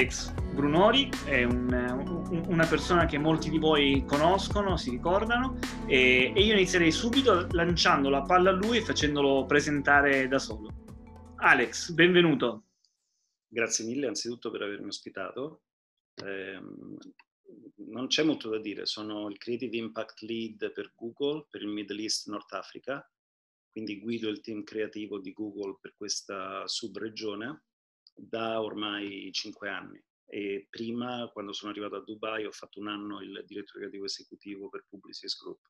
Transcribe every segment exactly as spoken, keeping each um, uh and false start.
Alex Brunori è un, un, una persona che molti di voi conoscono, si ricordano, e, e io inizierei subito lanciando la palla a lui e facendolo presentare da solo. Alex, benvenuto. Grazie mille anzitutto per avermi ospitato. Eh, non c'è molto da dire, sono il Creative Impact Lead per Google, per il Middle East North Africa, quindi guido il team creativo di Google per questa subregione da ormai cinque anni. E prima, quando sono arrivato a Dubai, ho fatto un anno il direttore creativo esecutivo per Publicis Group.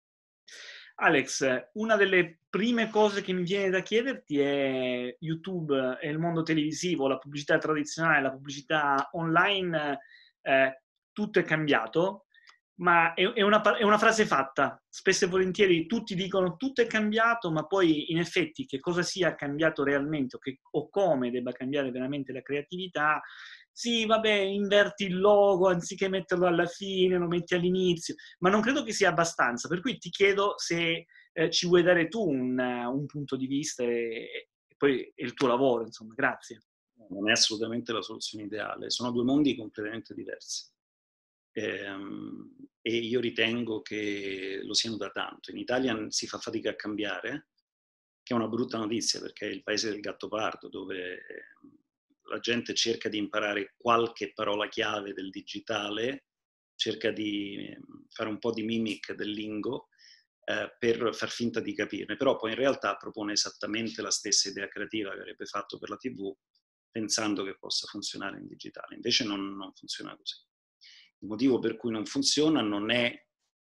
Alex, una delle prime cose che mi viene da chiederti è YouTube e il mondo televisivo, la pubblicità tradizionale, la pubblicità online, eh, tutto è cambiato, ma è, è, una, è una frase fatta. Spesso e volentieri tutti dicono tutto è cambiato, ma poi in effetti che cosa sia cambiato realmente o, che, o come debba cambiare veramente la creatività. Sì, vabbè, inverti il logo, anziché metterlo alla fine, lo metti all'inizio, ma non credo che sia abbastanza. Per cui ti chiedo se eh, ci vuoi dare tu un, un punto di vista e, e poi il tuo lavoro, insomma. Grazie. Non è assolutamente la soluzione ideale, sono due mondi completamente diversi. E, e io ritengo che lo siano da tanto. In Italia si fa fatica a cambiare, che è una brutta notizia perché è il paese del Gattopardo, dove la gente cerca di imparare qualche parola chiave del digitale, cerca di fare un po' di mimic del lingo eh, per far finta di capirne, però poi in realtà propone esattamente la stessa idea creativa che avrebbe fatto per la tivù, pensando che possa funzionare in digitale. Invece non, non funziona così. Il motivo per cui non funziona non è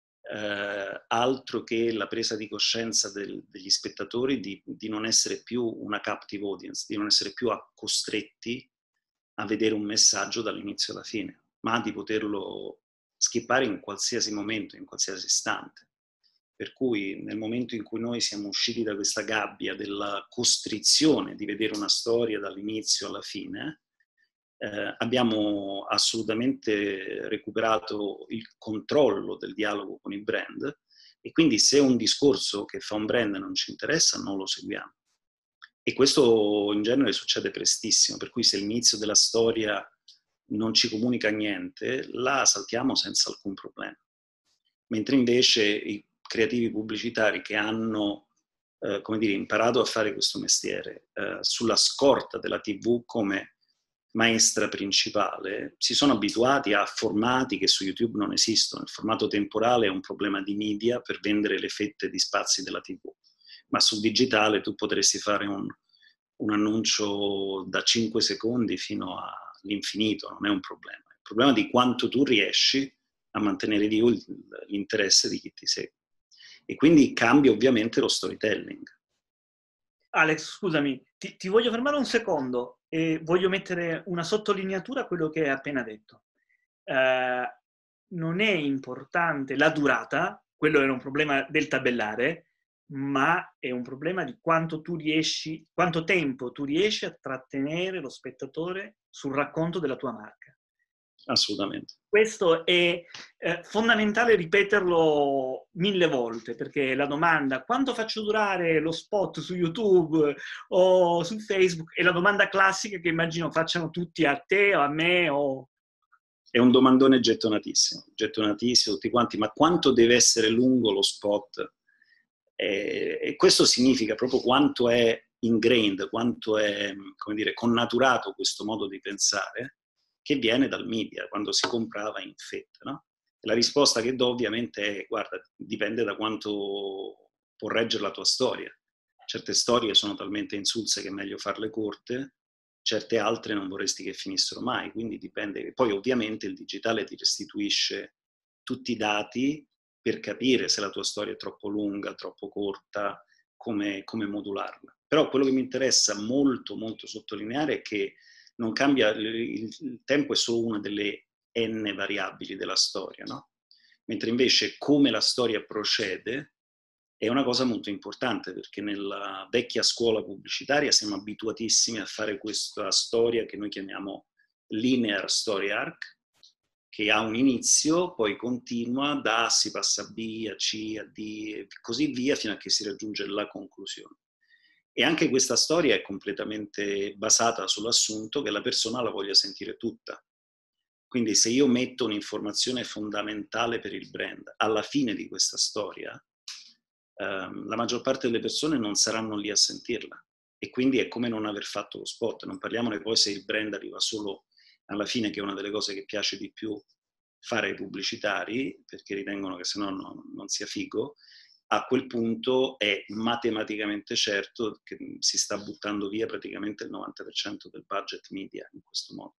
eh, altro che la presa di coscienza del, degli spettatori di, di non essere più una captive audience, di non essere più costretti a vedere un messaggio dall'inizio alla fine, ma di poterlo skippare in qualsiasi momento, in qualsiasi istante. Per cui nel momento in cui noi siamo usciti da questa gabbia della costrizione di vedere una storia dall'inizio alla fine, eh, abbiamo assolutamente recuperato il controllo del dialogo con il brand e quindi se un discorso che fa un brand non ci interessa, non lo seguiamo. E questo in genere succede prestissimo, per cui se l'inizio della storia non ci comunica niente, la saltiamo senza alcun problema. Mentre invece i creativi pubblicitari che hanno eh, come dire, imparato a fare questo mestiere eh, sulla scorta della tivù come maestra principale, si sono abituati a formati che su YouTube non esistono. Il formato temporale è un problema di media per vendere le fette di spazi della tivù, ma sul digitale tu potresti fare un, un annuncio da cinque secondi fino all'infinito, non è un problema. Il problema è di quanto tu riesci a mantenere vivo l'interesse di chi ti segue. E quindi cambia ovviamente lo storytelling. Alex, scusami, ti, ti voglio fermare un secondo e voglio mettere una sottolineatura a quello che hai appena detto. Eh, non è importante la durata, quello era un problema del tabellare, ma è un problema di quanto tu riesci, quanto tempo tu riesci a trattenere lo spettatore sul racconto della tua marca. Assolutamente. Questo è eh, fondamentale ripeterlo mille volte, perché la domanda quanto faccio durare lo spot su YouTube o su Facebook è la domanda classica che immagino facciano tutti a te o a me. O... È un domandone gettonatissimo, gettonatissimo tutti quanti, ma quanto deve essere lungo lo spot? E, e questo significa proprio quanto è ingrained, quanto è, come dire, connaturato questo modo di pensare che viene dal media, quando si comprava in fetta, no? E la risposta che do ovviamente è, guarda, dipende da quanto può reggere la tua storia. Certe storie sono talmente insulse che è meglio farle corte, certe altre non vorresti che finissero mai, quindi dipende. Poi ovviamente il digitale ti restituisce tutti i dati per capire se la tua storia è troppo lunga, troppo corta, come, come modularla. Però quello che mi interessa molto, molto sottolineare è che non cambia, il, il tempo è solo una delle n variabili della storia, no? Mentre invece come la storia procede è una cosa molto importante, perché nella vecchia scuola pubblicitaria siamo abituatissimi a fare questa storia che noi chiamiamo linear story arc, che ha un inizio, poi continua, da A si passa a B, a C, a D, e così via, fino a che si raggiunge la conclusione. E anche questa storia è completamente basata sull'assunto che la persona la voglia sentire tutta. Quindi se io metto un'informazione fondamentale per il brand alla fine di questa storia, ehm, la maggior parte delle persone non saranno lì a sentirla. E quindi è come non aver fatto lo spot. Non parliamone poi se il brand arriva solo alla fine, che è una delle cose che piace di più fare ai pubblicitari, perché ritengono che se no non, non sia figo. A quel punto è matematicamente certo che si sta buttando via praticamente il novanta per cento del budget media in questo modo.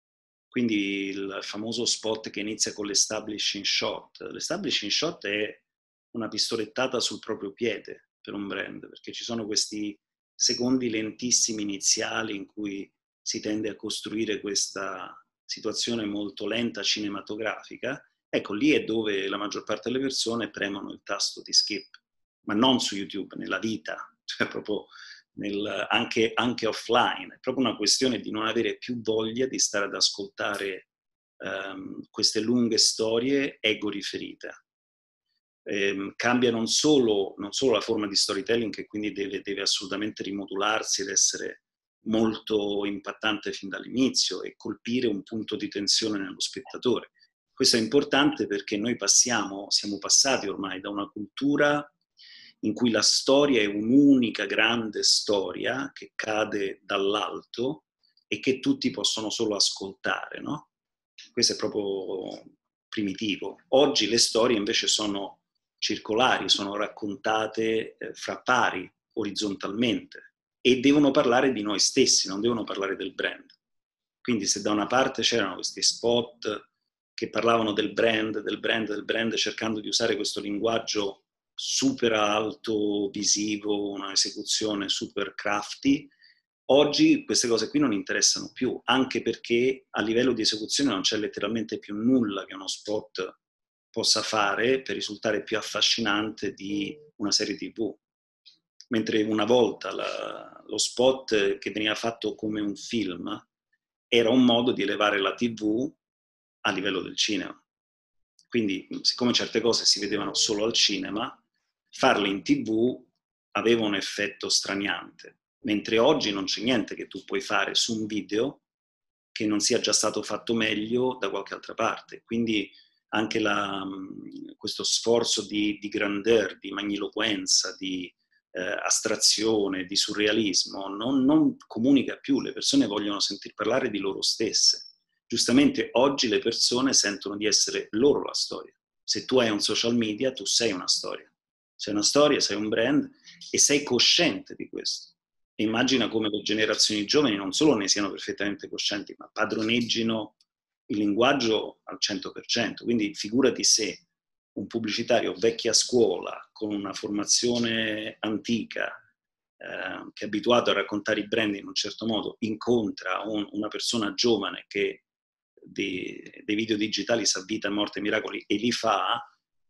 Quindi il famoso spot che inizia con l'establishing shot. L'establishing shot è una pistolettata sul proprio piede per un brand, perché ci sono questi secondi lentissimi iniziali in cui si tende a costruire questa situazione molto lenta cinematografica. Ecco, lì è dove la maggior parte delle persone premono il tasto di skip, ma non su YouTube, nella vita, cioè proprio nel, anche, anche offline. È proprio una questione di non avere più voglia di stare ad ascoltare um, queste lunghe storie ego riferite. Eh, cambia non solo, non solo la forma di storytelling, che quindi deve, deve assolutamente rimodularsi ed essere molto impattante fin dall'inizio e colpire un punto di tensione nello spettatore. Questo è importante perché noi passiamo, siamo passati ormai da una cultura in cui la storia è un'unica grande storia che cade dall'alto e che tutti possono solo ascoltare, no? Questo è proprio primitivo. Oggi le storie invece sono circolari, sono raccontate eh, fra pari, orizzontalmente, e devono parlare di noi stessi, non devono parlare del brand. Quindi se da una parte c'erano questi spot che parlavano del brand, del brand, del brand, cercando di usare questo linguaggio super alto, visivo, una esecuzione super crafty, oggi queste cose qui non interessano più, anche perché a livello di esecuzione non c'è letteralmente più nulla che uno spot possa fare per risultare più affascinante di una serie tivù. Mentre una volta la, lo spot che veniva fatto come un film era un modo di elevare la tivù a livello del cinema. Quindi, siccome certe cose si vedevano solo al cinema, farle in tivù aveva un effetto straniante. Mentre oggi non c'è niente che tu puoi fare su un video che non sia già stato fatto meglio da qualche altra parte. Quindi anche la, questo sforzo di, di grandeur, di magniloquenza, di eh, astrazione, di surrealismo, non, non comunica più. Le persone vogliono sentir parlare di loro stesse. Giustamente oggi le persone sentono di essere loro la storia. Se tu hai un social media, tu sei una storia. Sei una storia, sei un brand e sei cosciente di questo. E immagina come le generazioni giovani non solo ne siano perfettamente coscienti, ma padroneggino il linguaggio al cento per cento. Quindi figurati se un pubblicitario vecchia scuola, con una formazione antica, eh, che è abituato a raccontare i brand in un certo modo, incontra un, una persona giovane che dei, dei video digitali sa vita, morte e miracoli e li fa,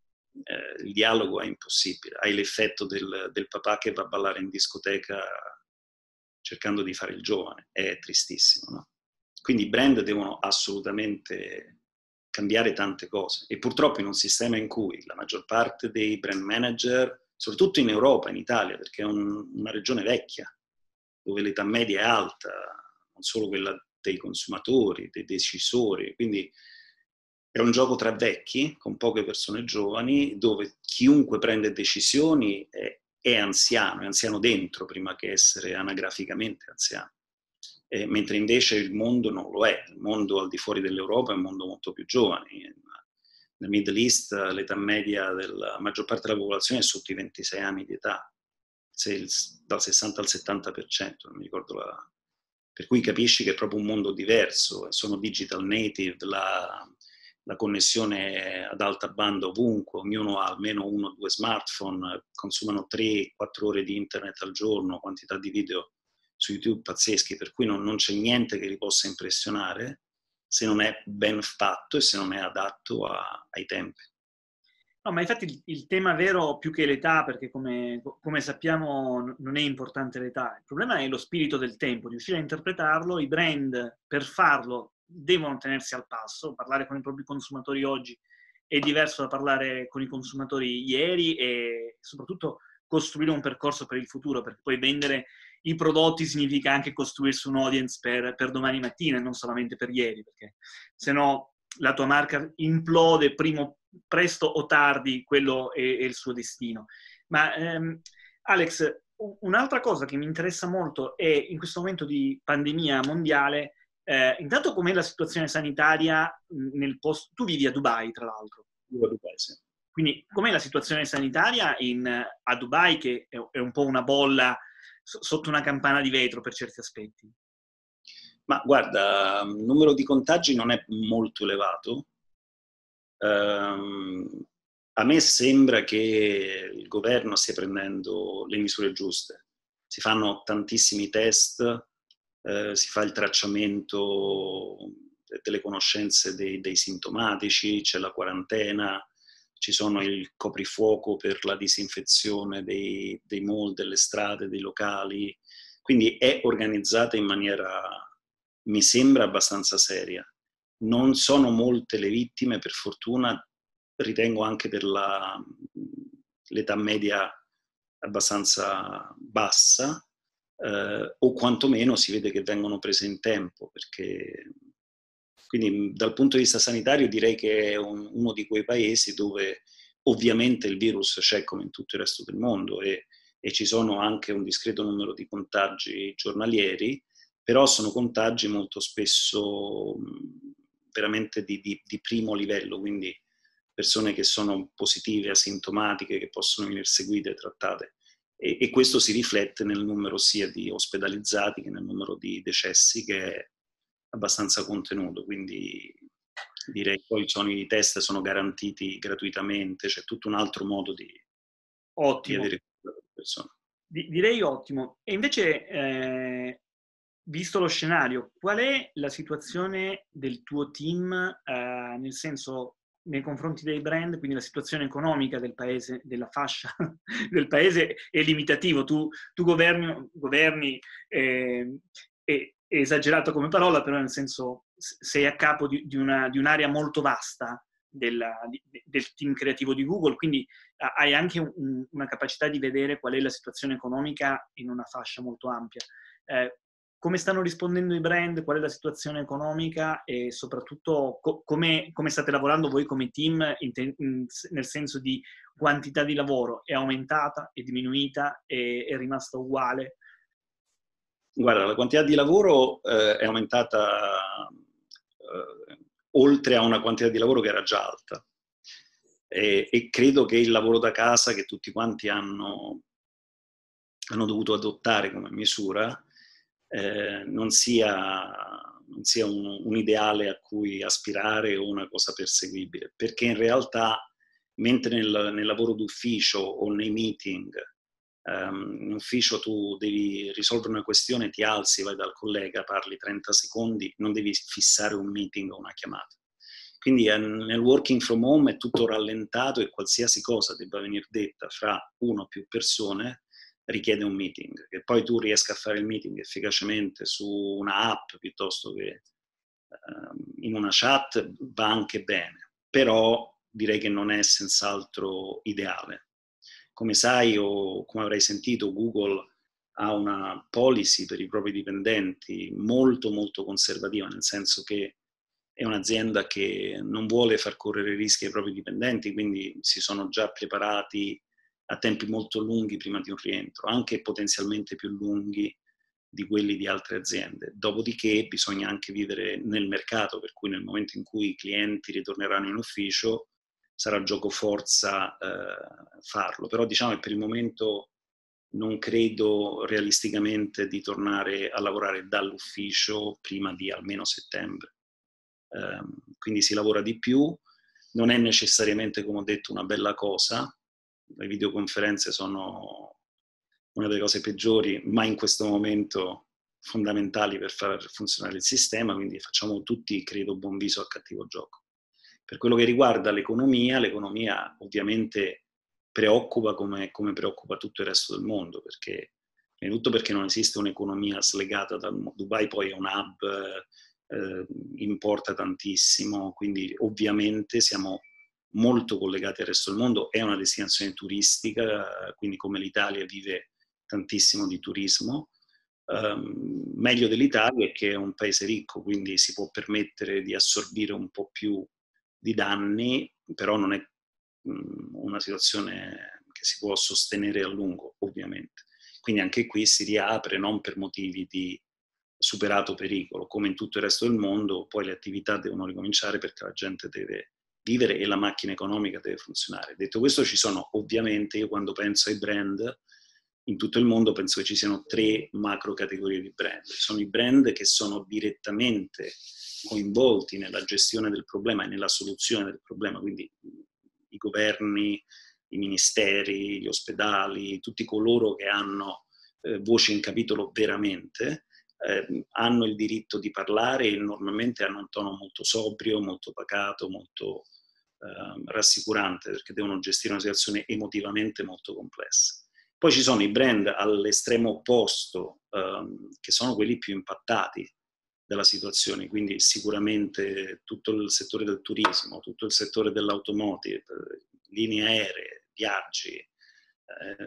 eh, il dialogo è impossibile. Hai l'effetto del, del papà che va a ballare in discoteca cercando di fare il giovane, è tristissimo, no? Quindi i brand devono assolutamente cambiare tante cose e purtroppo in un sistema in cui la maggior parte dei brand manager, soprattutto in Europa, in Italia, perché è un, una regione vecchia, dove l'età media è alta, non solo quella dei consumatori, dei decisori, quindi è un gioco tra vecchi, con poche persone giovani, dove chiunque prende decisioni è, è anziano, è anziano dentro prima che essere anagraficamente anziano. Eh, mentre invece il mondo non lo è, il mondo al di fuori dell'Europa è un mondo molto più giovane. Nel Middle East l'età media della maggior parte della popolazione è sotto i ventisei anni di età, il, dal sessanta al settanta per cento, non mi ricordo la... Per cui capisci che è proprio un mondo diverso, sono digital native, la, la connessione ad alta banda ovunque, ognuno ha almeno uno o due smartphone, consumano tre quattro ore di internet al giorno, quantità di video su YouTube pazzeschi, per cui non, non c'è niente che li possa impressionare se non è ben fatto e se non è adatto a, ai tempi. No, ma infatti il, il tema vero più che l'età, perché come, come sappiamo non è importante l'età, il problema è lo spirito del tempo, riuscire a interpretarlo. I brand per farlo devono tenersi al passo, parlare con i propri consumatori oggi è diverso da parlare con i consumatori ieri e soprattutto costruire un percorso per il futuro, perché poi vendere i prodotti significa anche costruirsi un audience per, per domani mattina e non solamente per ieri, perché se no la tua marca implode primo, presto o tardi, quello è, è il suo destino. Ma ehm, Alex, un'altra cosa che mi interessa molto è in questo momento di pandemia mondiale, eh, intanto com'è la situazione sanitaria nel posto... Tu vivi a Dubai, tra l'altro. Vivo a Dubai, sì. Quindi com'è la situazione sanitaria in, a Dubai, che è, è un po' una bolla so, sotto una campana di vetro per certi aspetti? Ma guarda, il numero di contagi non è molto elevato. Um, a me sembra che il governo stia prendendo le misure giuste. Si fanno tantissimi test, eh, si fa il tracciamento delle conoscenze dei, dei sintomatici, c'è la quarantena, ci sono il coprifuoco per la disinfezione dei, dei mall, delle strade, dei locali. Quindi è organizzata in maniera, mi sembra, abbastanza seria. Non sono molte le vittime, per fortuna, ritengo anche per la, l'età media abbastanza bassa, eh, o quantomeno si vede che vengono prese in tempo, perché quindi dal punto di vista sanitario direi che è un, uno di quei paesi dove ovviamente il virus c'è come in tutto il resto del mondo e, e ci sono anche un discreto numero di contagi giornalieri, però sono contagi molto spesso veramente di, di, di primo livello, quindi persone che sono positive, asintomatiche, che possono venire seguite e trattate. E, e questo si riflette nel numero sia di ospedalizzati che nel numero di decessi, che è abbastanza contenuto. Quindi direi che poi sono, i test sono garantiti gratuitamente, c'è tutto un altro modo di, di avere le persone. Di, direi ottimo. E invece, eh, visto lo scenario, qual è la situazione del tuo team, eh, nel senso, nei confronti dei brand, quindi la situazione economica del paese, della fascia del paese è limitativo. Tu, tu governi, governi eh, è, è esagerato come parola, però nel senso sei a capo di, di, una, di un'area molto vasta della, di, del team creativo di Google, quindi hai anche un, una capacità di vedere qual è la situazione economica in una fascia molto ampia. Eh, come stanno rispondendo i brand, qual è la situazione economica e soprattutto co- come, come state lavorando voi come team in te- in, nel senso di quantità di lavoro? È aumentata, è diminuita, è, è rimasta uguale? Guarda, la quantità di lavoro eh, è aumentata eh, oltre a una quantità di lavoro che era già alta. E, e credo che il lavoro da casa che tutti quanti hanno, hanno dovuto adottare come misura eh, non sia, non sia un, un ideale a cui aspirare o una cosa perseguibile, perché in realtà mentre nel, nel lavoro d'ufficio o nei meeting, um, in ufficio tu devi risolvere una questione, ti alzi, vai dal collega, parli trenta secondi, non devi fissare un meeting o una chiamata. Quindi eh, nel working from home è tutto rallentato e qualsiasi cosa debba venire detta fra uno o più persone richiede un meeting. Che poi tu riesca a fare il meeting efficacemente su una app piuttosto che eh, in una chat va anche bene, però direi che non è senz'altro ideale. Come sai o come avrai sentito, Google ha una policy per i propri dipendenti molto molto conservativa, nel senso che è un'azienda che non vuole far correre rischi ai propri dipendenti, quindi si sono già preparati a tempi molto lunghi prima di un rientro, anche potenzialmente più lunghi di quelli di altre aziende. Dopodiché bisogna anche vivere nel mercato, per cui nel momento in cui i clienti ritorneranno in ufficio sarà gioco forza eh, farlo. Però diciamo che per il momento non credo realisticamente di tornare a lavorare dall'ufficio prima di almeno settembre. Eh, quindi si lavora di più, non è necessariamente, come ho detto, una bella cosa. Le videoconferenze sono una delle cose peggiori, ma in questo momento fondamentali per far funzionare il sistema, quindi facciamo tutti, credo, buon viso a cattivo gioco. Per quello che riguarda l'economia, l'economia ovviamente preoccupa come, come preoccupa tutto il resto del mondo, perché prima di tutto perché non esiste un'economia slegata dal Dubai, poi è un hub, eh, importa tantissimo, quindi ovviamente siamo molto collegati al resto del mondo, è una destinazione turistica, quindi come l'Italia vive tantissimo di turismo. Um, meglio dell'Italia è che è un paese ricco, quindi si può permettere di assorbire un po' più di danni, però non è um, una situazione che si può sostenere a lungo, ovviamente. Quindi anche qui si riapre non per motivi di superato pericolo, come in tutto il resto del mondo, poi le attività devono ricominciare perché la gente deve vivere e la macchina economica deve funzionare. Detto questo, ci sono ovviamente, io quando penso ai brand, in tutto il mondo penso che ci siano tre macro categorie di brand. Sono i brand che sono direttamente coinvolti nella gestione del problema e nella soluzione del problema, quindi i governi, i ministeri, gli ospedali, tutti coloro che hanno eh, voce in capitolo veramente, eh, hanno il diritto di parlare e normalmente hanno un tono molto sobrio, molto pacato, molto eh, rassicurante, perché devono gestire una situazione emotivamente molto complessa. Poi ci sono i brand all'estremo opposto, ehm, che sono quelli più impattati dalla situazione, quindi sicuramente tutto il settore del turismo, tutto il settore dell'automotive, linee aeree, viaggi, eh,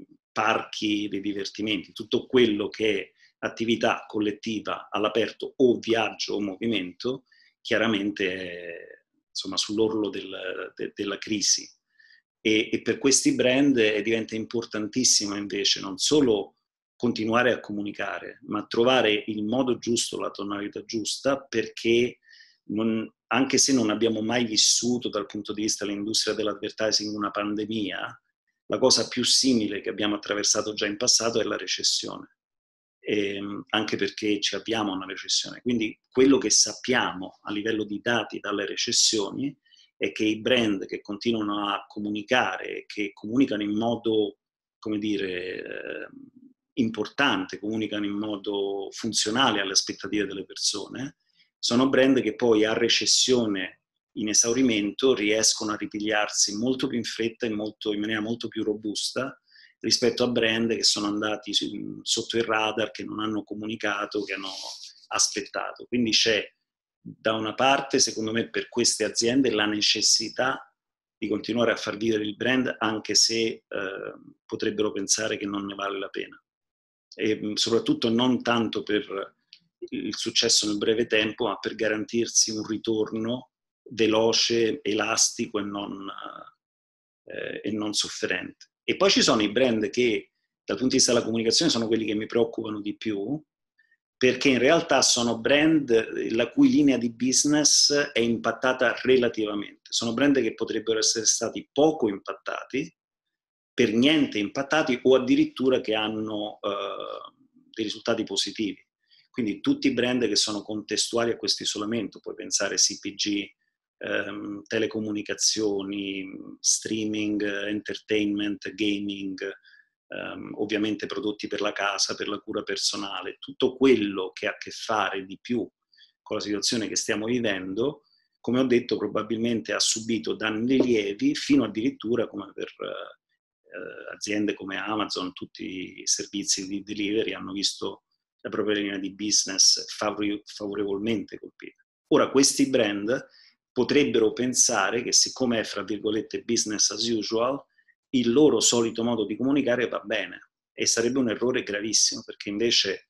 parchi dei divertimenti, tutto quello che è attività collettiva all'aperto o viaggio o movimento, chiaramente è insomma, sull'orlo del, de, della crisi. E, e per questi brand diventa importantissimo invece non solo continuare a comunicare, ma trovare il modo giusto, la tonalità giusta, perché non, anche se non abbiamo mai vissuto dal punto di vista dell'industria dell'advertising una pandemia, la cosa più simile che abbiamo attraversato già in passato è la recessione. E, anche perché ci avviamo a una recessione. Quindi quello che sappiamo a livello di dati dalle recessioni è che i brand che continuano a comunicare, che comunicano in modo, come dire, eh, importante, comunicano in modo funzionale alle aspettative delle persone, sono brand che poi a recessione in esaurimento riescono a ripigliarsi molto più in fretta e molto, in maniera molto più robusta rispetto a brand che sono andati su, sotto il radar, che non hanno comunicato, che hanno aspettato. Quindi c'è da una parte, secondo me, per queste aziende la necessità di continuare a far vivere il brand anche se eh, potrebbero pensare che non ne vale la pena. E soprattutto non tanto per il successo nel breve tempo, ma per garantirsi un ritorno veloce, elastico e non, eh, e non sofferente. E poi ci sono i brand che dal punto di vista della comunicazione sono quelli che mi preoccupano di più, perché in realtà sono brand la cui linea di business è impattata relativamente. Sono brand che potrebbero essere stati poco impattati, per niente impattati o addirittura che hanno eh, dei risultati positivi. Quindi tutti i brand che sono contestuali a questo isolamento, puoi pensare C P G, ehm, telecomunicazioni, streaming, entertainment, gaming, ehm, ovviamente prodotti per la casa, per la cura personale, tutto quello che ha a che fare di più con la situazione che stiamo vivendo, come ho detto, probabilmente ha subito danni lievi, fino addirittura come per eh, aziende come Amazon, tutti i servizi di delivery hanno visto la propria linea di business favore- favorevolmente colpita. Ora, questi brand potrebbero pensare che siccome è, fra virgolette, business as usual, il loro solito modo di comunicare va bene, e sarebbe un errore gravissimo, perché invece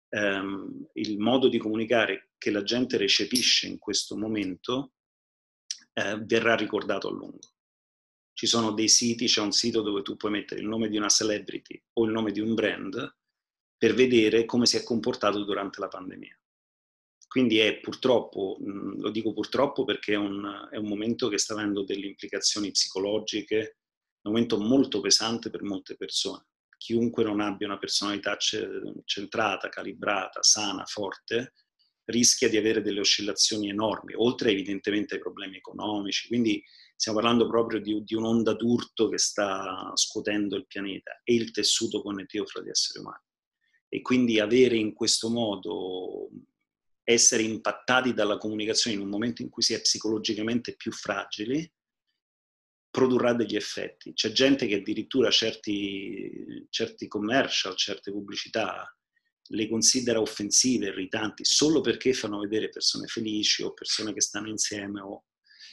ehm, il modo di comunicare che la gente recepisce in questo momento eh, verrà ricordato a lungo. Ci sono dei siti, c'è un sito dove tu puoi mettere il nome di una celebrity o il nome di un brand per vedere come si è comportato durante la pandemia. Quindi è purtroppo, mh, lo dico purtroppo perché è un, è un momento che sta avendo delle implicazioni psicologiche, un momento molto pesante per molte persone. Chiunque non abbia una personalità centrata, calibrata, sana, forte, rischia di avere delle oscillazioni enormi, oltre evidentemente ai problemi economici. Quindi stiamo parlando proprio di, di un'onda d'urto che sta scuotendo il pianeta e il tessuto connettivo fra gli esseri umani. E quindi avere in questo modo, essere impattati dalla comunicazione in un momento in cui si è psicologicamente più fragili, produrrà degli effetti. C'è gente che addirittura certi, certi commercial, certe pubblicità le considera offensive, irritanti, solo perché fanno vedere persone felici o persone che stanno insieme o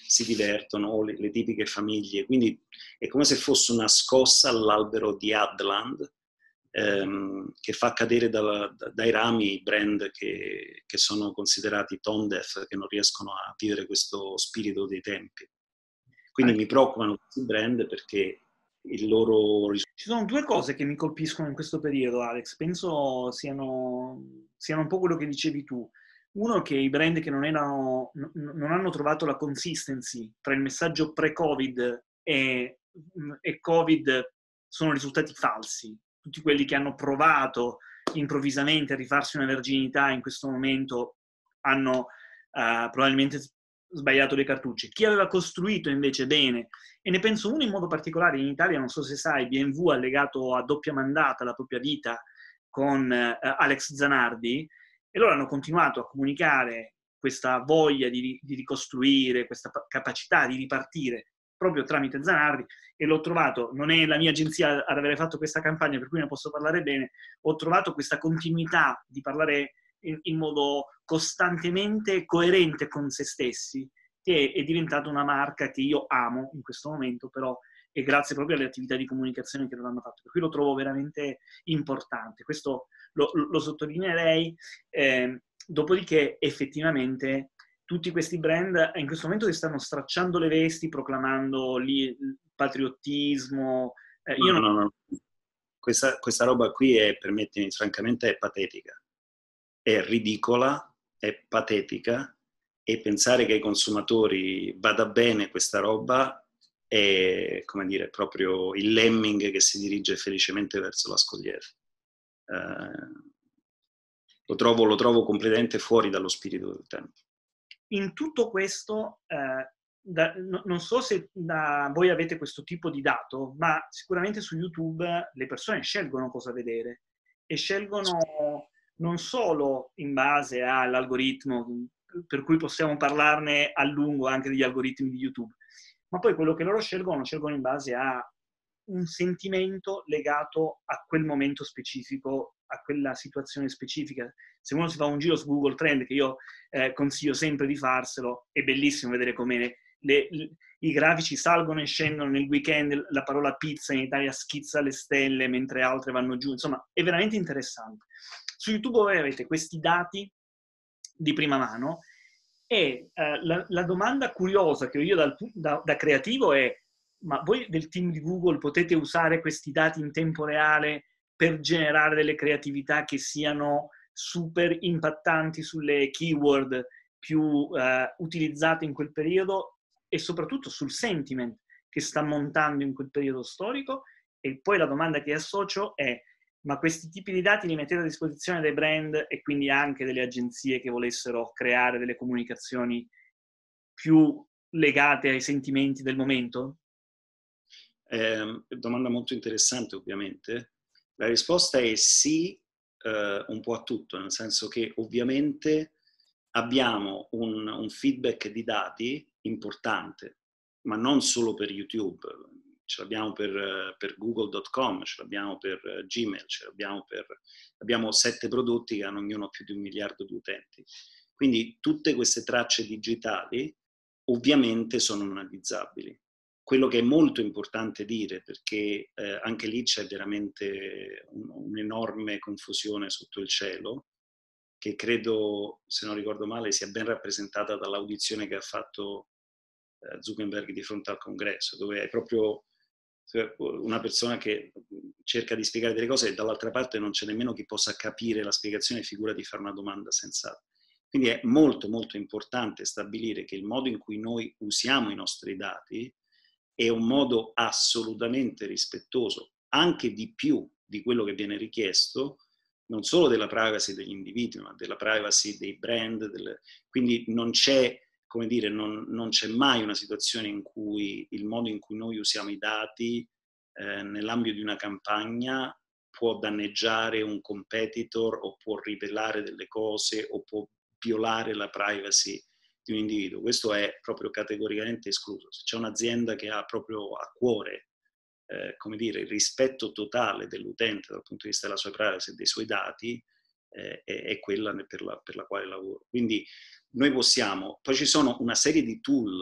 si divertono, o le, le tipiche famiglie. Quindi è come se fosse una scossa all'albero di Adland, ehm, che fa cadere da, da, dai rami i brand che, che sono considerati tone deaf, che non riescono a vivere questo spirito dei tempi. Quindi mi preoccupano questi brand perché il loro... Ci sono due cose che mi colpiscono in questo periodo, Alex. Penso siano, siano un po' quello che dicevi tu. Uno, che i brand che non, erano, n- non hanno trovato la consistency tra il messaggio pre-Covid e, e Covid sono risultati falsi. Tutti quelli che hanno provato improvvisamente a rifarsi una verginità in questo momento hanno uh, probabilmente sbagliato le cartucce. Chi aveva costruito invece bene, e ne penso uno in modo particolare in Italia, non so se sai, B M W ha legato a doppia mandata la propria vita con uh, Alex Zanardi, e loro hanno continuato a comunicare questa voglia di, di ricostruire, questa capacità di ripartire proprio tramite Zanardi, e l'ho trovato, non è la mia agenzia ad avere fatto questa campagna per cui ne posso parlare bene, ho trovato questa continuità di parlare in, in modo costantemente coerente con se stessi, che è, è diventata una marca che io amo in questo momento, però è grazie proprio alle attività di comunicazione che loro hanno fatto, per cui lo trovo veramente importante. Questo lo, lo sottolineerei, eh, dopodiché effettivamente tutti questi brand in questo momento si stanno stracciando le vesti, proclamando lì il patriottismo. Eh, io no, non... no, no. Questa, questa roba qui è, permettimi, francamente è patetica, è ridicola, è patetica, e pensare che ai consumatori vada bene questa roba è, come dire, proprio il lemming che si dirige felicemente verso la scogliera. Eh, lo trovo, lo trovo completamente fuori dallo spirito del tempo. In tutto questo, eh, da, no, non so se da, voi avete questo tipo di dato, ma sicuramente su YouTube le persone scelgono cosa vedere, e scelgono non solo in base all'algoritmo, per cui possiamo parlarne a lungo anche degli algoritmi di YouTube, ma poi quello che loro scelgono, scelgono in base a un sentimento legato a quel momento specifico, a quella situazione specifica. Se uno si fa un giro su Google Trend, che io eh, consiglio sempre di farselo, è bellissimo vedere come le, le, i grafici salgono e scendono nel weekend, la parola pizza in Italia schizza le stelle mentre altre vanno giù, insomma è veramente interessante. Su YouTube voi avete questi dati di prima mano, e eh, la, la domanda curiosa che ho io dal, da, da creativo è: ma voi del team di Google potete usare questi dati in tempo reale per generare delle creatività che siano super impattanti sulle keyword più eh, utilizzate in quel periodo, e soprattutto sul sentiment che sta montando in quel periodo storico? E poi la domanda che associo è: ma questi tipi di dati li mettete a disposizione dei brand e quindi anche delle agenzie che volessero creare delle comunicazioni più legate ai sentimenti del momento? Eh, domanda molto interessante, ovviamente. La risposta è sì, eh, un po' a tutto, nel senso che ovviamente abbiamo un, un feedback di dati importante, ma non solo per YouTube. Ce l'abbiamo per, per google punto com, ce l'abbiamo per Gmail, ce l'abbiamo per... abbiamo sette prodotti che hanno ognuno più di un miliardo di utenti. Quindi tutte queste tracce digitali ovviamente sono analizzabili. Quello che è molto importante dire, perché eh, anche lì c'è veramente un, un'enorme confusione sotto il cielo, che credo, se non ricordo male, sia ben rappresentata dall'audizione che ha fatto eh, Zuckerberg di fronte al congresso, dove è proprio una persona che cerca di spiegare delle cose e dall'altra parte non c'è nemmeno chi possa capire la spiegazione, figura di fare una domanda sensata. Quindi è molto molto importante stabilire che il modo in cui noi usiamo i nostri dati è un modo assolutamente rispettoso, anche di più di quello che viene richiesto, non solo della privacy degli individui, ma della privacy dei brand. Delle... Quindi non c'è, come dire, non, non c'è mai una situazione in cui il modo in cui noi usiamo i dati eh, nell'ambito di una campagna può danneggiare un competitor o può rivelare delle cose o può violare la privacy di un individuo. Questo è proprio categoricamente escluso. Se c'è un'azienda che ha proprio a cuore eh, come dire, il rispetto totale dell'utente dal punto di vista della sua privacy e dei suoi dati, eh, è, è quella per la, per la quale lavoro. Quindi noi possiamo, poi ci sono una serie di tool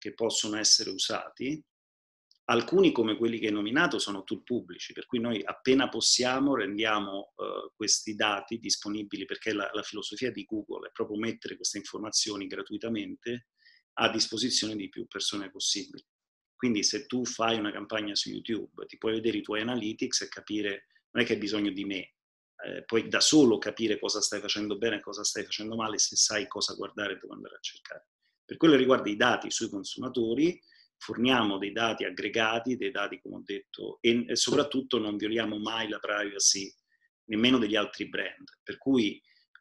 che possono essere usati. Alcuni, come quelli che hai nominato, sono tool pubblici, per cui noi appena possiamo rendiamo uh, questi dati disponibili, perché la, la filosofia di Google è proprio mettere queste informazioni gratuitamente a disposizione di più persone possibili. Quindi se tu fai una campagna su YouTube, ti puoi vedere i tuoi analytics e capire, non è che hai bisogno di me, eh, puoi da solo capire cosa stai facendo bene e cosa stai facendo male, se sai cosa guardare e dove andare a cercare. Per quello che riguarda i dati sui consumatori, forniamo dei dati aggregati, dei dati, come ho detto, e, e soprattutto non violiamo mai la privacy nemmeno degli altri brand. Per cui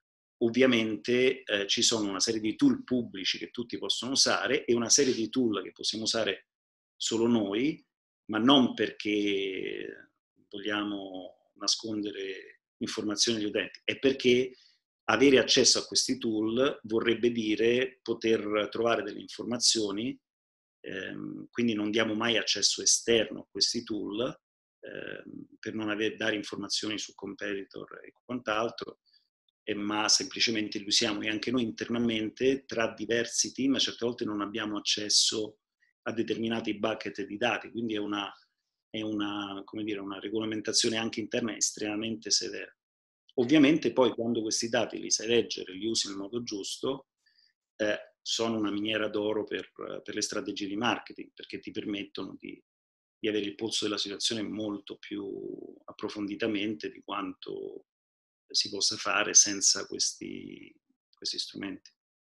ovviamente eh, ci sono una serie di tool pubblici che tutti possono usare e una serie di tool che possiamo usare solo noi, ma non perché vogliamo nascondere informazioni agli utenti, è perché avere accesso a questi tool vorrebbe dire poter trovare delle informazioni. Ehm, quindi non diamo mai accesso esterno a questi tool ehm, per non aver, dare informazioni su competitor e quant'altro, eh, ma semplicemente li usiamo e anche noi internamente tra diversi team certe volte non abbiamo accesso a determinati bucket di dati, quindi è una, è una, come dire, una regolamentazione anche interna estremamente severa. Ovviamente poi quando questi dati li sai leggere, li usi nel modo giusto, eh, sono una miniera d'oro per, per le strategie di marketing, perché ti permettono di, di avere il polso della situazione molto più approfonditamente di quanto si possa fare senza questi, questi strumenti.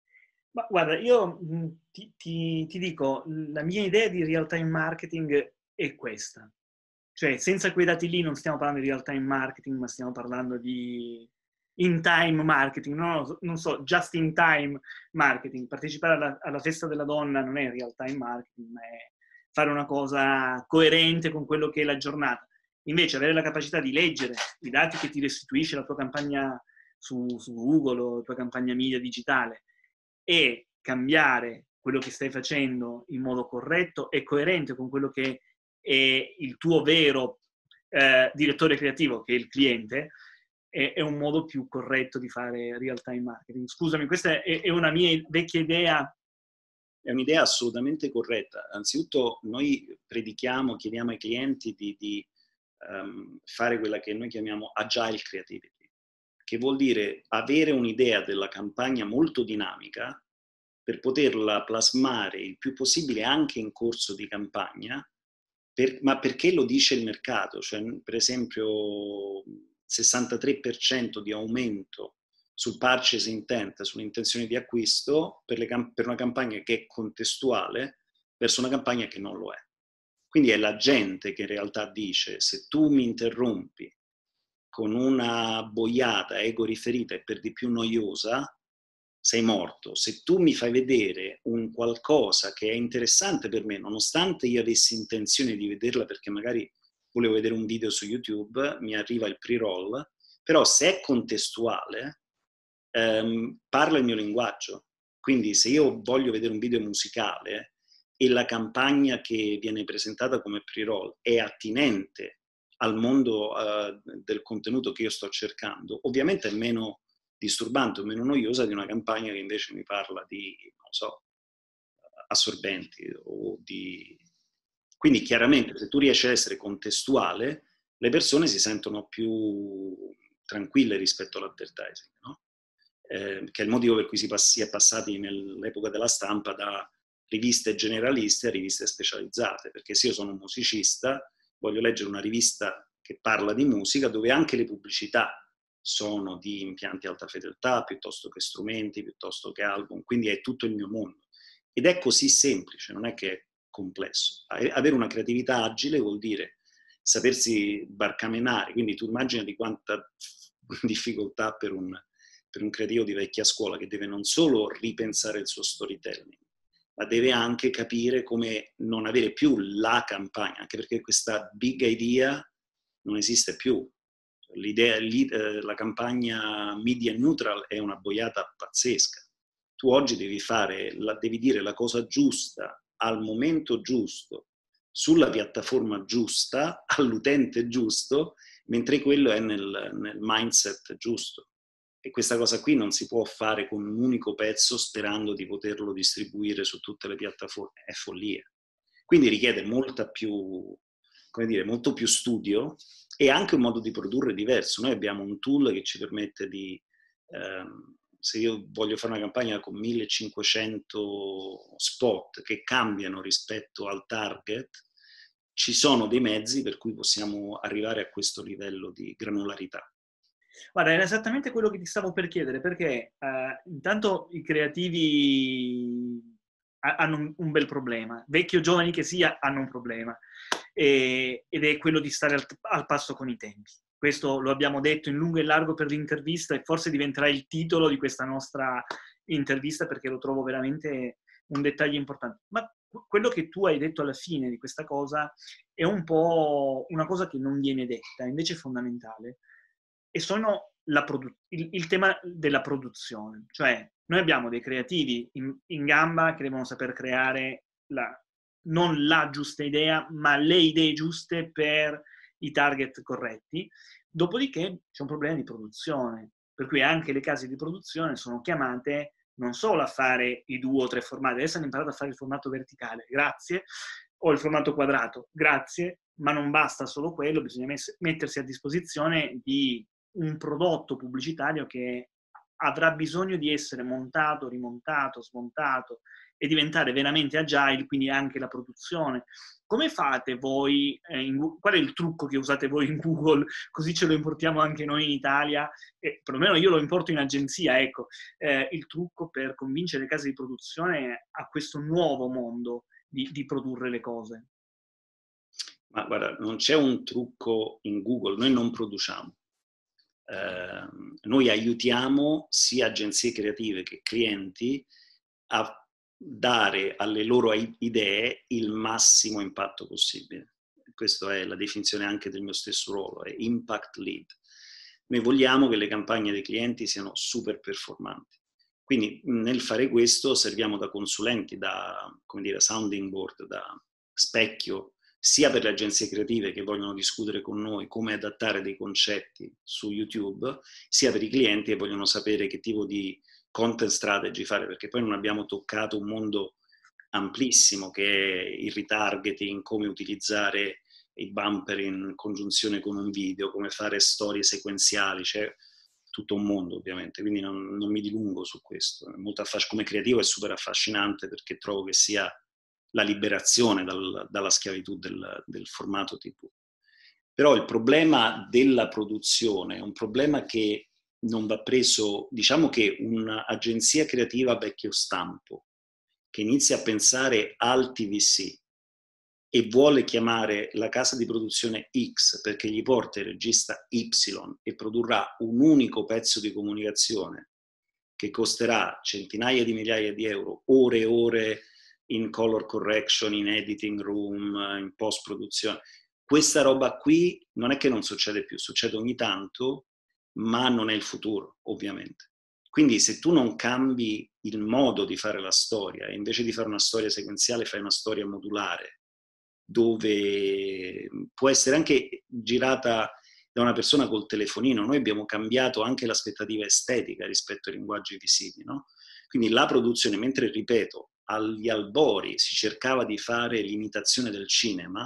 Ma guarda, io mh, ti, ti, ti dico, la mia idea di real-time marketing è questa. Cioè, senza quei dati lì non stiamo parlando di real-time marketing, ma stiamo parlando di in-time marketing, no? Non so, just-in-time marketing. Partecipare alla, alla festa della donna non è real-time marketing, ma è fare una cosa coerente con quello che è la giornata. Invece, avere la capacità di leggere i dati che ti restituisce la tua campagna su, su Google o la tua campagna media digitale e cambiare quello che stai facendo in modo corretto e coerente con quello che è il tuo vero eh, direttore creativo, che è il cliente, è, è un modo più corretto di fare real-time marketing. Scusami, questa è, è una mia vecchia idea. È un'idea assolutamente corretta. Anzitutto noi predichiamo, chiediamo ai clienti di, di um, fare quella che noi chiamiamo agile creativity, che vuol dire avere un'idea della campagna molto dinamica per poterla plasmare il più possibile anche in corso di campagna, per, ma perché lo dice il mercato, cioè per esempio sessantatré per cento di aumento sul purchase intent, sull'intenzione di acquisto per, le, per una campagna che è contestuale verso una campagna che non lo è. Quindi è la gente che in realtà dice: se tu mi interrompi con una boiata ego riferita e per di più noiosa, sei morto. Se tu mi fai vedere un qualcosa che è interessante per me, nonostante io avessi intenzione di vederla perché magari volevo vedere un video su YouTube, mi arriva il pre-roll, però se è contestuale, ehm, parla il mio linguaggio. Quindi se io voglio vedere un video musicale e la campagna che viene presentata come pre-roll è attinente al mondo uh, del contenuto che io sto cercando, ovviamente è meno disturbante o meno noiosa di una campagna che invece mi parla di, non so, assorbenti o di... Quindi chiaramente se tu riesci ad essere contestuale, le persone si sentono più tranquille rispetto all'advertising, no? Eh, che è il motivo per cui si, pass- si è passati nell'epoca della stampa da riviste generaliste a riviste specializzate, perché se io sono un musicista, voglio leggere una rivista che parla di musica dove anche le pubblicità sono di impianti alta fedeltà piuttosto che strumenti, piuttosto che album, quindi è tutto il mio mondo. Ed è così semplice, non è che è complesso. Avere una creatività agile vuol dire sapersi barcamenare, quindi tu immagina di quanta difficoltà per un, per un creativo di vecchia scuola che deve non solo ripensare il suo storytelling, ma deve anche capire come non avere più la campagna, anche perché questa big idea non esiste più. L'idea, la campagna media neutral è una boiata pazzesca. Tu oggi devi fare, devi dire la cosa giusta al momento giusto, sulla piattaforma giusta, all'utente giusto, mentre quello è nel, nel mindset giusto. E questa cosa qui non si può fare con un unico pezzo sperando di poterlo distribuire su tutte le piattaforme, è follia. Quindi richiede molta più, come dire, molto più studio e anche un modo di produrre diverso. Noi abbiamo un tool che ci permette di, ehm, se io voglio fare una campagna con millecinquecento spot che cambiano rispetto al target, ci sono dei mezzi per cui possiamo arrivare a questo livello di granularità. Guarda, era esattamente quello che ti stavo per chiedere, perché eh, intanto i creativi ha- hanno un, un bel problema, vecchi o giovani che sia, hanno un problema, e- ed è quello di stare al, al passo con i tempi. Questo lo abbiamo detto in lungo e in largo per l'intervista e forse diventerà il titolo di questa nostra intervista perché lo trovo veramente un dettaglio importante. Ma quello che tu hai detto alla fine di questa cosa è un po' una cosa che non viene detta, invece è fondamentale, e sono la produ- il, il tema della produzione. Cioè, noi abbiamo dei creativi in, in gamba che devono saper creare la, non la giusta idea, ma le idee giuste per i target corretti. Dopodiché c'è un problema di produzione, per cui anche le case di produzione sono chiamate non solo a fare i due o tre formati, adesso hanno imparato a fare il formato verticale, grazie, o il formato quadrato, grazie, ma non basta solo quello, bisogna mess- mettersi a disposizione di un prodotto pubblicitario che avrà bisogno di essere montato, rimontato, smontato e diventare veramente agile, quindi anche la produzione. Come fate voi, eh, in, qual è il trucco che usate voi in Google, così ce lo importiamo anche noi in Italia, e perlomeno io lo importo in agenzia, ecco, eh, il trucco per convincere le case di produzione a questo nuovo mondo di, di produrre le cose? Ma guarda, non c'è un trucco in Google, noi non produciamo. Eh, noi aiutiamo sia agenzie creative che clienti a dare alle loro idee il massimo impatto possibile. Questa è la definizione anche del mio stesso ruolo, è impact lead. Noi vogliamo che le campagne dei clienti siano super performanti. Quindi nel fare questo serviamo da consulenti, da, come dire, sounding board, da specchio, sia per le agenzie creative che vogliono discutere con noi come adattare dei concetti su YouTube, sia per i clienti che vogliono sapere che tipo di content strategy fare, perché poi non abbiamo toccato un mondo amplissimo che è il retargeting, come utilizzare i bumper in congiunzione con un video, come fare storie sequenziali, c'è tutto un mondo ovviamente, quindi non, non mi dilungo su questo. È molto affasc- come creativo è super affascinante perché trovo che sia la liberazione dal, dalla schiavitù del, del formato tivù. Però il problema della produzione è un problema che non va preso, diciamo che un'agenzia creativa vecchio stampo che inizia a pensare al T V C e vuole chiamare la casa di produzione X perché gli porta il regista Y e produrrà un unico pezzo di comunicazione che costerà centinaia di migliaia di euro, ore e ore in color correction, in editing room, in post-produzione. Questa roba qui non è che non succede più, succede ogni tanto, ma non è il futuro, ovviamente. Quindi se tu non cambi il modo di fare la storia, e invece di fare una storia sequenziale fai una storia modulare, dove può essere anche girata da una persona col telefonino, noi abbiamo cambiato anche l'aspettativa estetica rispetto ai linguaggi visivi, no? Quindi la produzione, mentre, ripeto, agli albori si cercava di fare l'imitazione del cinema,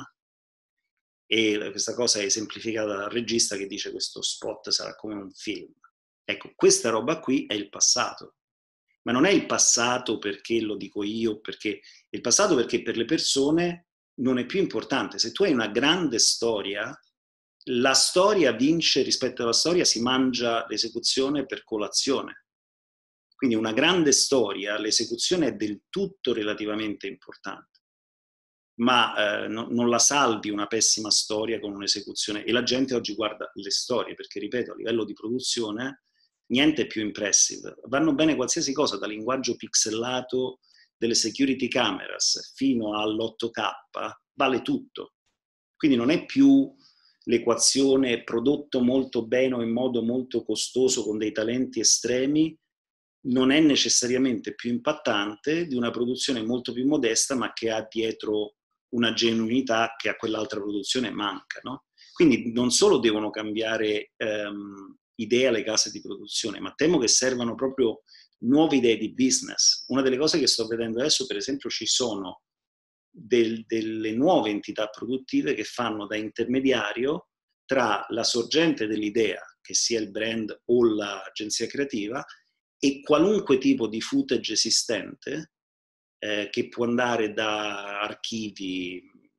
e questa cosa è esemplificata dal regista che dice questo spot sarà come un film. Ecco, questa roba qui è il passato, ma non è il passato perché lo dico io, perché è il passato perché per le persone non è più importante. Se tu hai una grande storia, la storia vince rispetto alla storia, si mangia l'esecuzione per colazione. Quindi una grande storia, l'esecuzione è del tutto relativamente importante, ma eh, no, non la salvi una pessima storia con un'esecuzione. E la gente oggi guarda le storie, perché ripeto, a livello di produzione niente è più impressive. Vanno bene qualsiasi cosa, dal linguaggio pixelato delle security cameras fino all'otto K, vale tutto. Quindi non è più l'equazione prodotto molto bene o in modo molto costoso con dei talenti estremi, non è necessariamente più impattante di una produzione molto più modesta ma che ha dietro una genuinità che a quell'altra produzione manca, no? Quindi non solo devono cambiare ehm, idee alle case di produzione, ma temo che servano proprio nuove idee di business. Una delle cose che sto vedendo adesso, per esempio, ci sono del, delle nuove entità produttive che fanno da intermediario tra la sorgente dell'idea, che sia il brand o l'agenzia creativa, e qualunque tipo di footage esistente, eh, che può andare da archivi,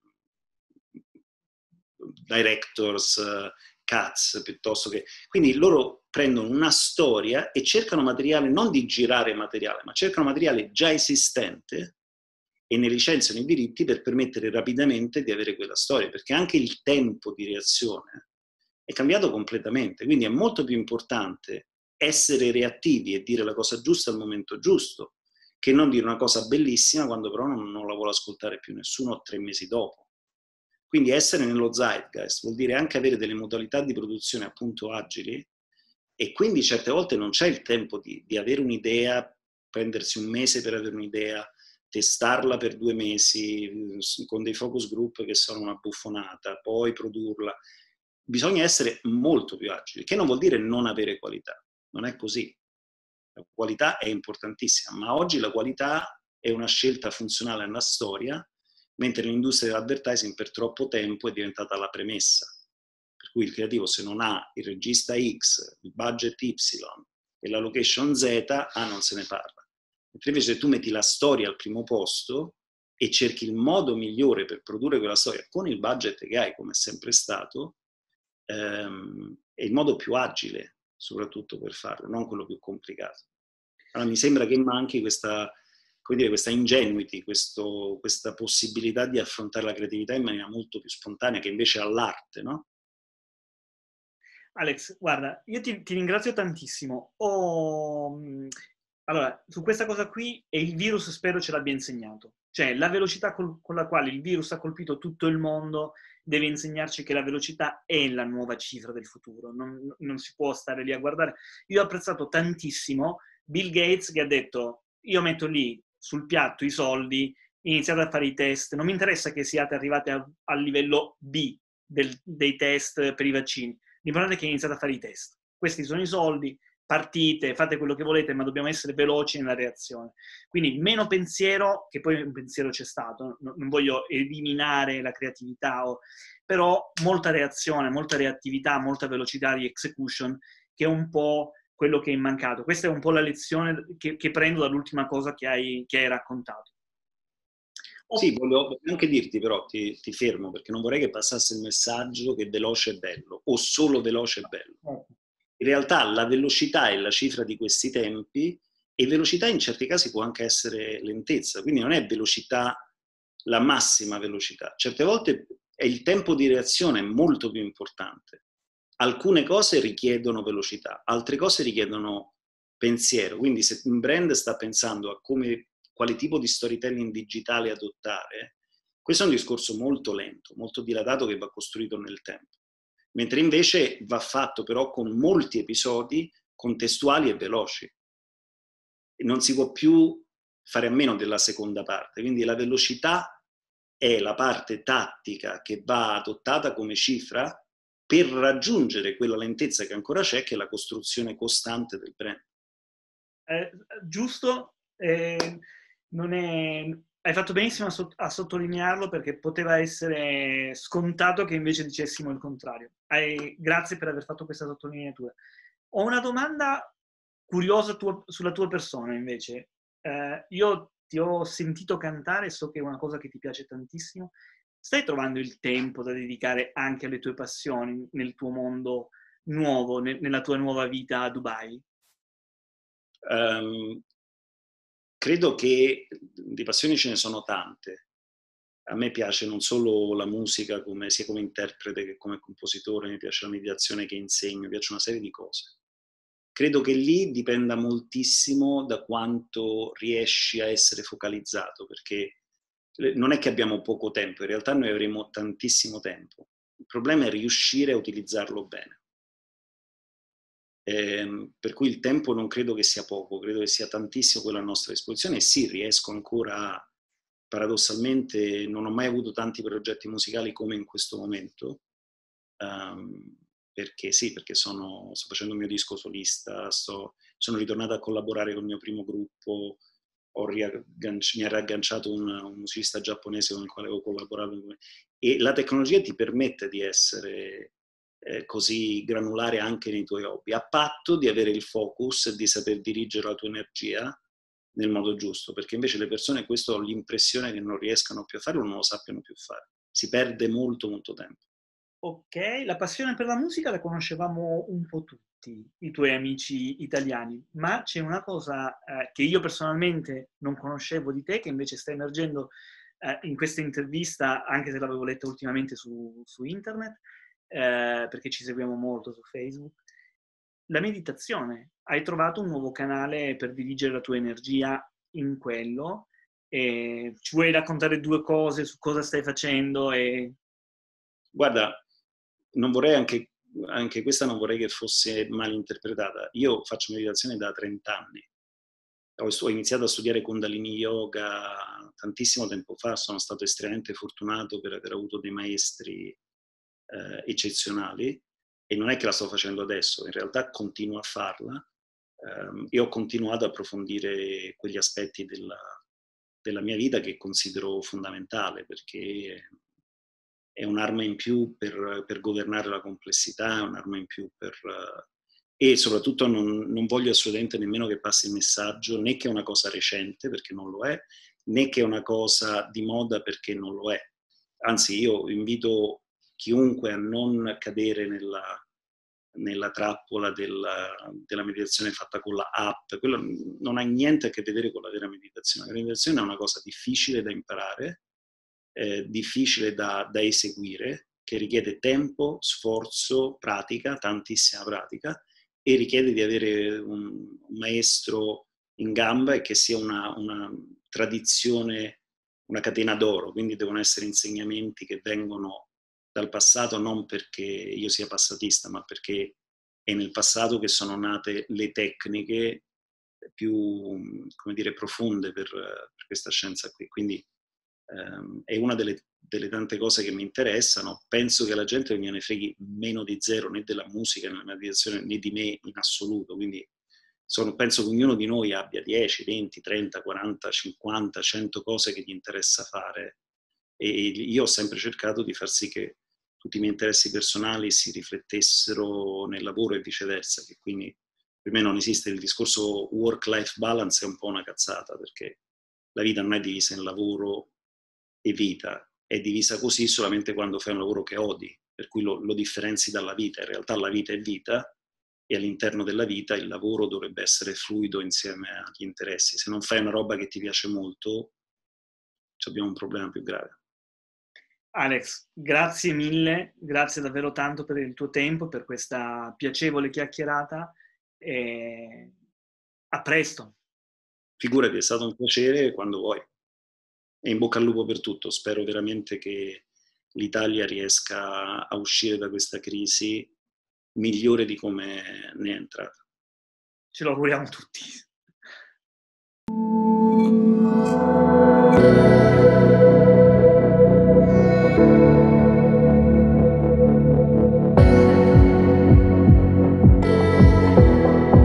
directors, uh, cuts, piuttosto che... Quindi loro prendono una storia e cercano materiale, non di girare materiale, ma cercano materiale già esistente e ne licenziano i diritti per permettere rapidamente di avere quella storia, perché anche il tempo di reazione è cambiato completamente, quindi è molto più importante essere reattivi e dire la cosa giusta al momento giusto, che non dire una cosa bellissima quando però non, non la vuole ascoltare più nessuno tre mesi dopo. Quindi essere nello zeitgeist vuol dire anche avere delle modalità di produzione appunto agili, e quindi certe volte non c'è il tempo di, di avere un'idea, prendersi un mese per avere un'idea, testarla per due mesi con dei focus group che sono una buffonata, poi produrla. Bisogna essere molto più agili, che non vuol dire non avere qualità, non è così. La qualità è importantissima, ma oggi la qualità è una scelta funzionale alla storia, mentre l'industria dell'advertising per troppo tempo è diventata la premessa. Per cui il creativo, se non ha il regista X, il budget Y e la location Z, ah, non se ne parla. Mentre invece se tu metti la storia al primo posto e cerchi il modo migliore per produrre quella storia con il budget che hai, come è sempre stato, ehm, è il modo più agile, soprattutto per farlo, non quello più complicato. Allora mi sembra che manchi questa, come dire, questa ingenuity, questo, questa possibilità di affrontare la creatività in maniera molto più spontanea, che invece ha l'arte, no? Alex, guarda, io ti, ti ringrazio tantissimo. Ho... Allora, su questa cosa qui, e il virus spero ce l'abbia insegnato. Cioè, la velocità col, con la quale il virus ha colpito tutto il mondo deve insegnarci che la velocità è la nuova cifra del futuro. Non, non si può stare lì a guardare. Io ho apprezzato tantissimo Bill Gates che ha detto, io metto lì sul piatto i soldi, iniziate a fare i test, non mi interessa che siate arrivati a, al livello B del, dei test per i vaccini. L'importante è che iniziate a fare i test. Questi sono i soldi, partite, fate quello che volete, ma dobbiamo essere veloci nella reazione. Quindi meno pensiero, che poi un pensiero c'è stato, non voglio eliminare la creatività, o, però molta reazione, molta reattività, molta velocità di execution, che è un po' quello che è mancato. Questa è un po' la lezione che, che prendo dall'ultima cosa che hai, che hai raccontato. Sì, voglio anche dirti però, ti, ti fermo, perché non vorrei che passasse il messaggio che veloce è bello, o solo veloce è bello. In realtà la velocità è la cifra di questi tempi, e velocità in certi casi può anche essere lentezza, quindi non è velocità la massima velocità. Certe volte è il tempo di reazione molto più importante. Alcune cose richiedono velocità, altre cose richiedono pensiero, quindi se un brand sta pensando a come, quale tipo di storytelling digitale adottare, questo è un discorso molto lento, molto dilatato, che va costruito nel tempo. Mentre invece va fatto però con molti episodi contestuali e veloci. Non si può più fare a meno della seconda parte, quindi la velocità è la parte tattica che va adottata come cifra per raggiungere quella lentezza che ancora c'è, che è la costruzione costante del brand. Eh, giusto, eh, non è... hai fatto benissimo a, so- a sottolinearlo, perché poteva essere scontato che invece dicessimo il contrario. Hai... Grazie per aver fatto questa sottolineatura. Ho una domanda curiosa tua, sulla tua persona invece. Eh, io ti ho sentito cantare, so che è una cosa che ti piace tantissimo. Stai trovando il tempo da dedicare anche alle tue passioni nel tuo mondo nuovo, ne- nella tua nuova vita a Dubai? Um, credo che di passioni ce ne sono tante. A me piace non solo la musica, come, sia come interprete che come compositore, mi piace la meditazione che insegno, mi piace una serie di cose. Credo che lì dipenda moltissimo da quanto riesci a essere focalizzato, perché non è che abbiamo poco tempo, in realtà noi avremo tantissimo tempo. Il problema è riuscire a utilizzarlo bene. Eh, per cui il tempo non credo che sia poco, credo che sia tantissimo quello a nostra disposizione, e sì, riesco ancora a, paradossalmente, non ho mai avuto tanti progetti musicali come in questo momento, um, perché sì, perché sono, sto facendo il mio disco solista, sto, sono ritornato a collaborare con il mio primo gruppo, ho riagganci, mi ha riagganciato un, un musicista giapponese con il quale ho collaborato, e la tecnologia ti permette di essere eh, così granulare anche nei tuoi hobby, a patto di avere il focus e di saper dirigere la tua energia nel modo giusto, perché invece le persone, questo ho l'impressione che non riescano più a farlo, non lo sappiano più fare, si perde molto molto tempo. Ok, la passione per la musica la conoscevamo un po' tutti, i tuoi amici italiani, ma c'è una cosa eh, che io personalmente non conoscevo di te, che invece sta emergendo eh, in questa intervista, anche se l'avevo letta ultimamente su, su internet, eh, perché ci seguiamo molto su Facebook. La meditazione. Hai trovato un nuovo canale per dirigere la tua energia in quello. E ci vuoi raccontare due cose su cosa stai facendo? E... Guarda, non vorrei anche, anche questa non vorrei che fosse mal interpretata. Io faccio meditazione da trenta anni. Ho, ho iniziato a studiare Kundalini Yoga tantissimo tempo fa, sono stato estremamente fortunato per aver avuto dei maestri eh, eccezionali, e non è che la sto facendo adesso, in realtà continuo a farla, um, e ho continuato ad approfondire quegli aspetti della, della mia vita che considero fondamentale, perché è un'arma in più per, per governare la complessità, è un'arma in più per... Uh, e soprattutto non, non voglio assolutamente nemmeno che passi il messaggio né che è una cosa recente, perché non lo è, né che è una cosa di moda, perché non lo è. Anzi, io invito chiunque a non cadere nella, nella trappola della, della meditazione fatta con la app. Quello non ha niente a che vedere con la vera meditazione. La meditazione è una cosa difficile da imparare, eh, difficile da, da eseguire, che richiede tempo, sforzo, pratica, tantissima pratica, e richiede di avere un, un maestro in gamba e che sia una, una tradizione, una catena d'oro, quindi devono essere insegnamenti che vengono dal passato, non perché io sia passatista, ma perché è nel passato che sono nate le tecniche più, come dire, profonde per, per questa scienza qui. Quindi ehm, è una delle, delle tante cose che mi interessano. Penso che la gente non gliene freghi meno di zero né della musica, né della meditazione, né di me in assoluto. Quindi sono, penso che ognuno di noi abbia dieci, venti, trenta, quaranta, cinquanta, cento cose che gli interessa fare, e io ho sempre cercato di far sì che tutti i miei interessi personali si riflettessero nel lavoro e viceversa, che quindi per me non esiste il discorso work-life balance, è un po' una cazzata, perché la vita non è divisa in lavoro e vita, è divisa così solamente quando fai un lavoro che odi, per cui lo, lo differenzi dalla vita. In realtà la vita è vita, e all'interno della vita il lavoro dovrebbe essere fluido insieme agli interessi. Se non fai una roba che ti piace molto, abbiamo un problema più grave. Alex, grazie mille, grazie davvero tanto per il tuo tempo, per questa piacevole chiacchierata e a presto. Figurati, è stato un piacere, quando vuoi. E in bocca al lupo per tutto. Spero veramente che l'Italia riesca a uscire da questa crisi migliore di come ne è entrata. Ce lo auguriamo tutti.